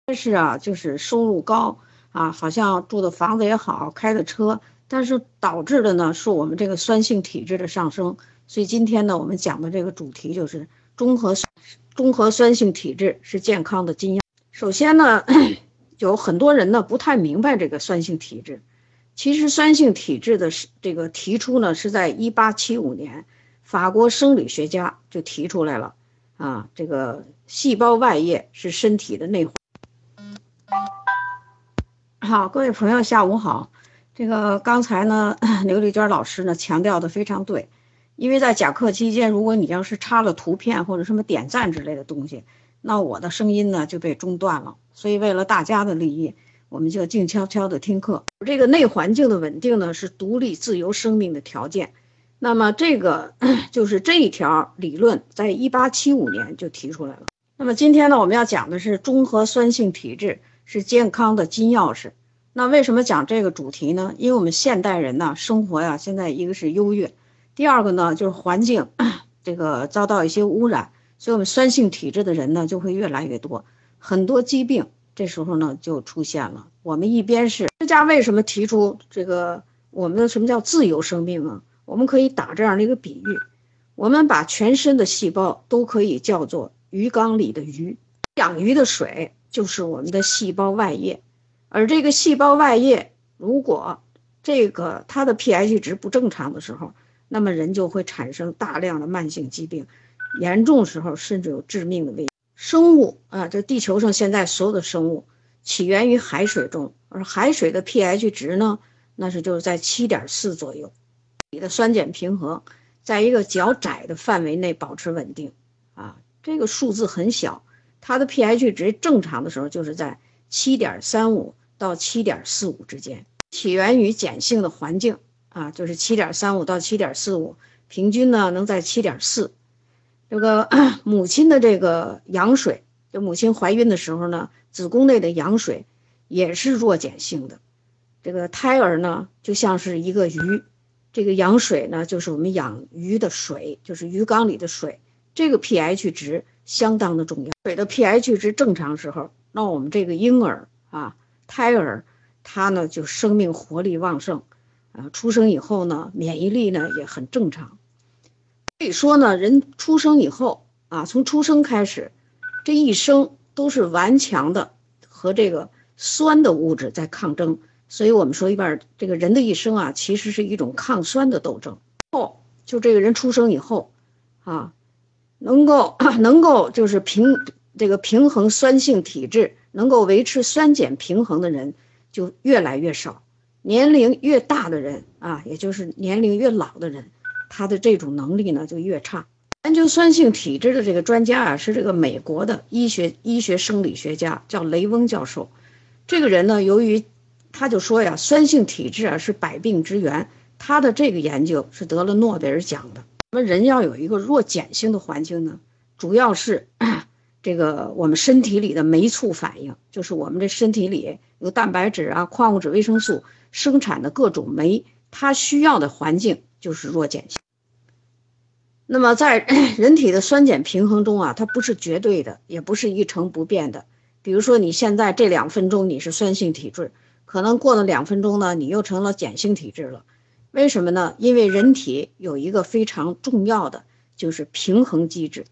是啊，就是收入高啊，好像住的房子也好，开的车，但是导致的呢是我们这个酸性体质的上升。所以今天呢，我们讲的这个主题就是中和酸性体质是健康的金钥。首先呢，有很多人呢不太明白这个酸性体质。其实酸性体质的这个提出呢，是在1875年，法国生理学家就提出来了啊，这个细胞外液是身体的内环。好，各位朋友，下午好。这个刚才呢，刘丽娟老师呢强调的非常对，因为在讲课期间，如果你要是插了图片或者什么点赞之类的东西，那我的声音呢就被中断了。所以为了大家的利益，我们就静悄悄的听课。这个内环境的稳定呢，是独立自由生命的条件。那么这个就是这一条理论，在1875年就提出来了。那么今天呢，我们要讲的是中和酸性体质是健康的金钥匙。那为什么讲这个主题呢？因为我们现代人呢，生活呀，现在一个是优越，第二个呢就是环境这个遭到一些污染，所以我们酸性体质的人呢就会越来越多，很多疾病这时候呢就出现了。我们一边是科学家为什么提出这个我们的什么叫自由生命啊？我们可以打这样的一个比喻，我们把全身的细胞都可以叫做鱼缸里的鱼，养鱼的水就是我们的细胞外液。而这个细胞外液，如果这个它的 pH 值不正常的时候，那么人就会产生大量的慢性疾病，严重时候甚至有致命的危险。生物啊，这地球上现在所有的生物起源于海水中，而海水的 pH 值呢，那是就是在 7.4 左右，你的酸碱平衡在一个较窄的范围内保持稳定啊，这个数字很小，它的 pH 值正常的时候就是在 7.35到 7.45 之间，起源于碱性的环境啊，就是 7.35到 7.45， 平均呢能在 7.4。 这个母亲的这个羊水，就母亲怀孕的时候呢，子宫内的羊水也是弱碱性的。这个胎儿呢就像是一个鱼，这个羊水呢就是我们养鱼的水，就是鱼缸里的水，这个 pH 值相当的重要。水的 pH 值正常时候，那我们这个婴儿啊，胎儿他呢就生命活力旺盛啊，出生以后呢免疫力呢也很正常。可以说呢，人出生以后啊，从出生开始，这一生都是顽强的和这个酸的物质在抗争。所以我们说一般这个人的一生啊，其实是一种抗酸的斗争。就这个人出生以后啊，能够就是平衡酸性体质，能够维持酸碱平衡的人就越来越少。年龄越大的人啊，也就是年龄越老的人，他的这种能力呢就越差。研究酸性体质的这个专家啊，是这个美国的医学生理学家，叫雷翁教授。这个人呢，由于他就说呀，酸性体质啊是百病之源，他的这个研究是得了诺贝尔奖的。我们人要有一个弱碱性的环境呢，主要是这个我们身体里的酶促反应，就是我们这身体里有蛋白质啊、矿物质、维生素生产的各种酶，它需要的环境就是弱碱性。那么在人体的酸碱平衡中啊，它不是绝对的，也不是一成不变的。比如说你现在这2分钟你是酸性体质，可能过了2分钟呢，你又成了碱性体质了。为什么呢？因为人体有一个非常重要的就是平衡机制。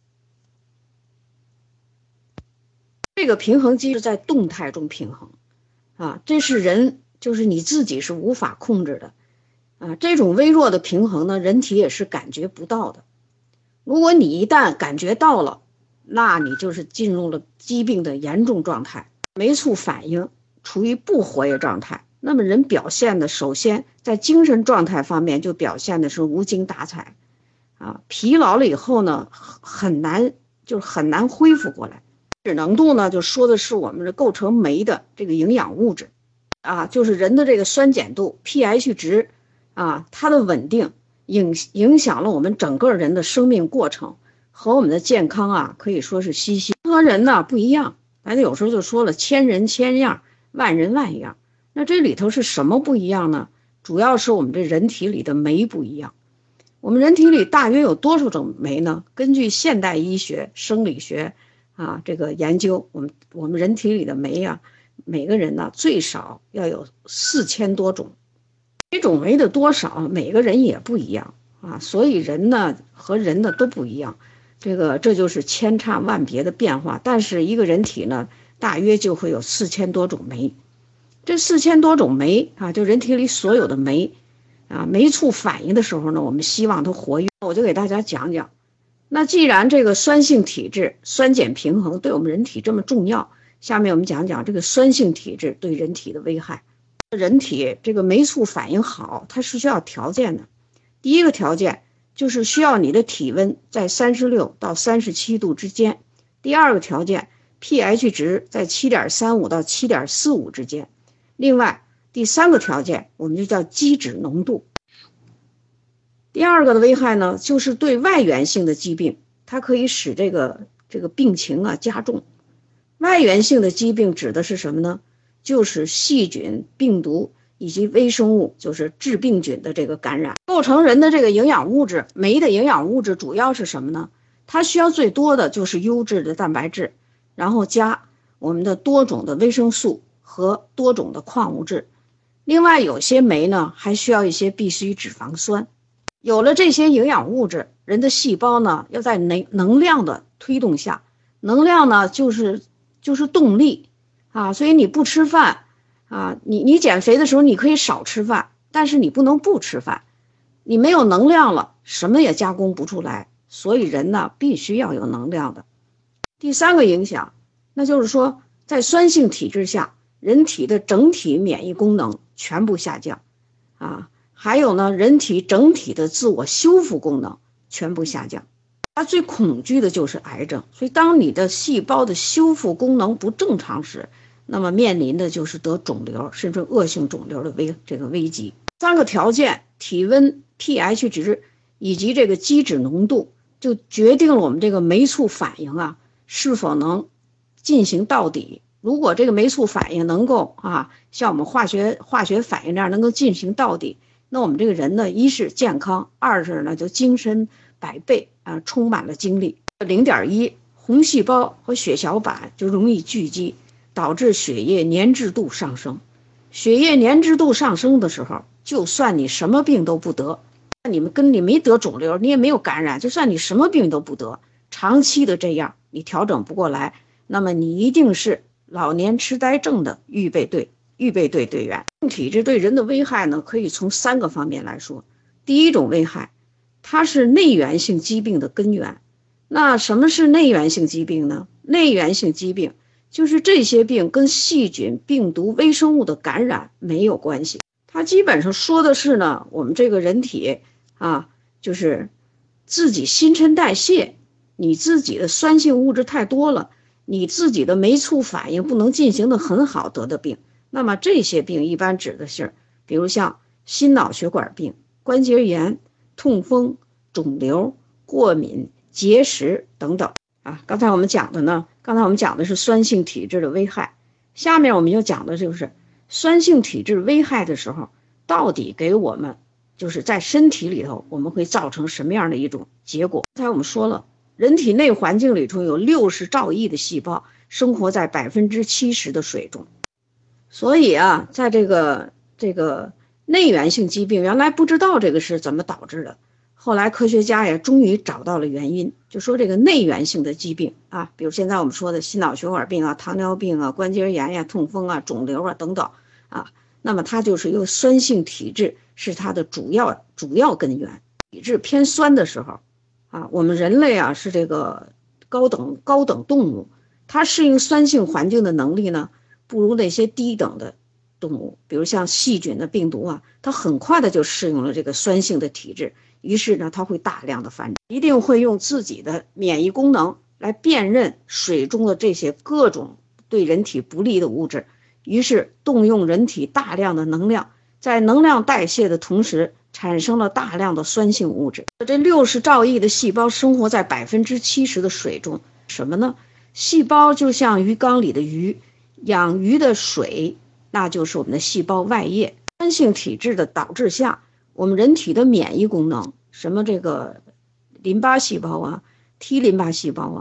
这个平衡机制在动态中平衡啊，这是人就是你自己是无法控制的啊。这种微弱的平衡呢，人体也是感觉不到的。如果你一旦感觉到了，那你就是进入了疾病的严重状态，酶促反应处于不活跃状态。那么人表现的，首先在精神状态方面就表现的是无精打采啊，疲劳了以后呢，很难恢复过来。脂浓度呢，就说的是我们的构成酶的这个营养物质啊，就是人的这个酸碱度 pH 值啊，它的稳定影响了我们整个人的生命过程和我们的健康啊，可以说是息息和人呢不一样。咱有时候就说了，千人千样，万人万样。那这里头是什么不一样呢？主要是我们这人体里的酶不一样。我们人体里大约有多少种酶呢？根据现代医学、生理学这个研究，我们人体里的酶啊，每个人呢最少要有4000多种，每种酶的多少每个人也不一样所以人呢和人呢都不一样，这就是千差万别的变化。但是一个人体呢大约就会有4000多种酶，这4000多种酶就人体里所有的酶酶促反应的时候呢，我们希望它活跃。我就给大家讲讲，那既然这个酸性体质酸碱平衡对我们人体这么重要，下面我们讲讲这个酸性体质对人体的危害。人体这个酶促反应好，它是需要条件的。第一个条件就是需要你的体温在36到37度之间，第二个条件 pH 值在7.35到7.45之间，另外第三个条件我们就叫基质浓度。第二个的危害呢，就是对外源性的疾病，它可以使这个病情加重。外源性的疾病指的是什么呢？就是细菌、病毒以及微生物，就是致病菌的这个感染。构成人的这个营养物质，酶的营养物质主要是什么呢？它需要最多的就是优质的蛋白质，然后加我们的多种的维生素和多种的矿物质。另外有些酶呢还需要一些必需脂肪酸。有了这些营养物质，人的细胞呢要在能量的推动下，能量呢就是动力所以你不吃饭你减肥的时候你可以少吃饭，但是你不能不吃饭，你没有能量了，什么也加工不出来，所以人呢必须要有能量的。第三个影响，那就是说在酸性体质下，人体的整体免疫功能全部下降还有呢，人体整体的自我修复功能全部下降。它最恐惧的就是癌症，所以当你的细胞的修复功能不正常时，那么面临的就是得肿瘤甚至恶性肿瘤的危机。三个条件，体温、pH 值以及这个基质浓度，就决定了我们这个酶促反应是否能进行到底。如果这个酶促反应能够像我们化学反应这样能够进行到底，那我们这个人呢，一是健康，二是呢就精神百倍充满了精力。0.1红细胞和血小板就容易聚集，导致血液粘滞度上升。血液粘滞度上升的时候，就算你什么病都不得，你没得肿瘤，你也没有感染，就算你什么病都不得，长期的这样你调整不过来，那么你一定是老年痴呆症的预备队队员。体质对人的危害呢，可以从3个方面来说。第一种危害，它是内源性疾病的根源。那什么是内源性疾病呢？内源性疾病就是这些病跟细菌、病毒、微生物的感染没有关系。它基本上说的是呢，我们这个人体就是自己新陈代谢，你自己的酸性物质太多了，你自己的酶促反应不能进行的很好得的病。那么这些病一般指的是，比如像心脑血管病、关节炎、痛风、肿瘤、过敏、结石等等刚才我们讲的是酸性体质的危害，下面我们要讲的就是酸性体质危害的时候，到底给我们就是在身体里头我们会造成什么样的一种结果。刚才我们说了，人体内环境里头有60兆亿的细胞生活在70%的水中，所以在这个内源性疾病原来不知道这个是怎么导致的，后来科学家也终于找到了原因，就说这个内源性的疾病比如现在我们说的心脑血管病糖尿病关节炎痛风肿瘤等等那么它就是由酸性体质是它的主要根源。体质偏酸的时候我们人类是这个高等动物，它适应酸性环境的能力呢，不如那些低等的动物，比如像细菌的病毒它很快的就适应了这个酸性的体质，于是呢它会大量的繁殖，一定会用自己的免疫功能来辨认水中的这些各种对人体不利的物质，于是动用人体大量的能量，在能量代谢的同时产生了大量的酸性物质。这60兆亿的细胞生活在70%的水中，什么呢？细胞就像鱼缸里的鱼，养鱼的水那就是我们的细胞外液。酸性体质的导致下，我们人体的免疫功能，什么这个淋巴细胞T 淋巴细胞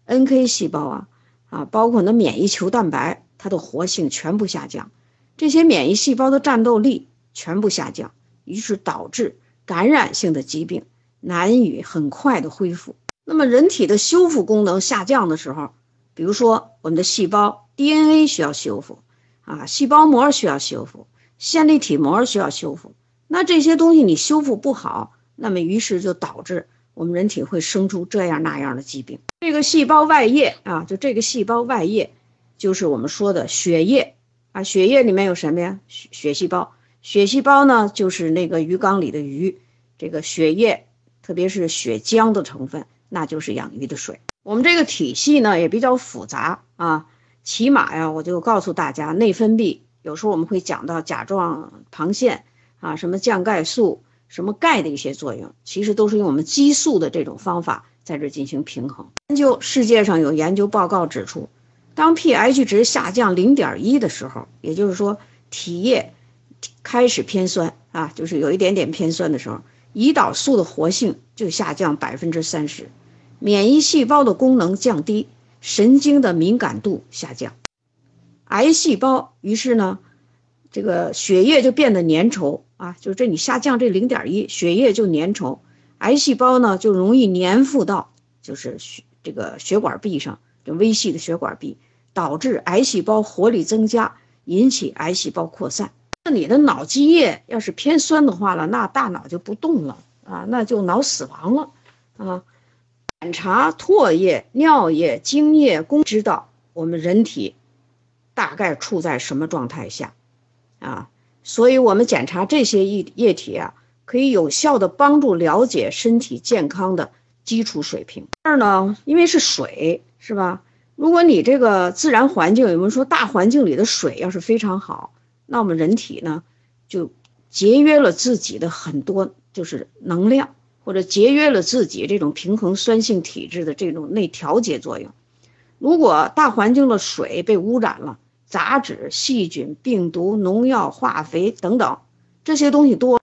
NK 细胞包括那免疫球蛋白，它的活性全部下降，这些免疫细胞的战斗力全部下降，于是导致感染性的疾病难以很快的恢复。那么人体的修复功能下降的时候，比如说我们的细胞 DNA 需要修复细胞膜需要修复，线粒体膜需要修复，那这些东西你修复不好，那么于是就导致我们人体会生出这样那样的疾病。这个细胞外叶就这个细胞外叶就是我们说的血液血液里面有什么呀？血细胞。血细胞呢就是那个鱼缸里的鱼，这个血液特别是血浆的成分，那就是养鱼的水。我们这个体系呢也比较复杂起码我就告诉大家，内分泌有时候我们会讲到甲状旁腺什么降钙素，什么钙的一些作用，其实都是用我们激素的这种方法在这进行平衡。世界上有研究报告指出，当 pH 值下降 0.1 的时候，也就是说体液开始偏酸就是有一点点偏酸的时候，胰岛素的活性就下降 30%， 免疫细胞的功能降低，神经的敏感度下降。癌细胞于是呢这个血液就变得粘稠就是这你下降这 0.1， 血液就粘稠，癌细胞呢就容易粘附到就是这个血管壁上，这微细的血管壁，导致癌细胞活力增加，引起癌细胞扩散。那你的脑积液要是偏酸的话了，那大脑就不动了那就脑死亡了检查唾液、尿液、精液，知道我们人体大概处在什么状态下所以我们检查这些液体可以有效的帮助了解身体健康的基础水平。二呢，因为是水是吧？如果你这个自然环境，有没有说大环境里的水要是非常好，那我们人体呢就节约了自己的很多就是能量，或者节约了自己这种平衡酸性体质的这种内调节作用。如果大环境的水被污染了，杂质、细菌、病毒、农药、化肥等等这些东西多，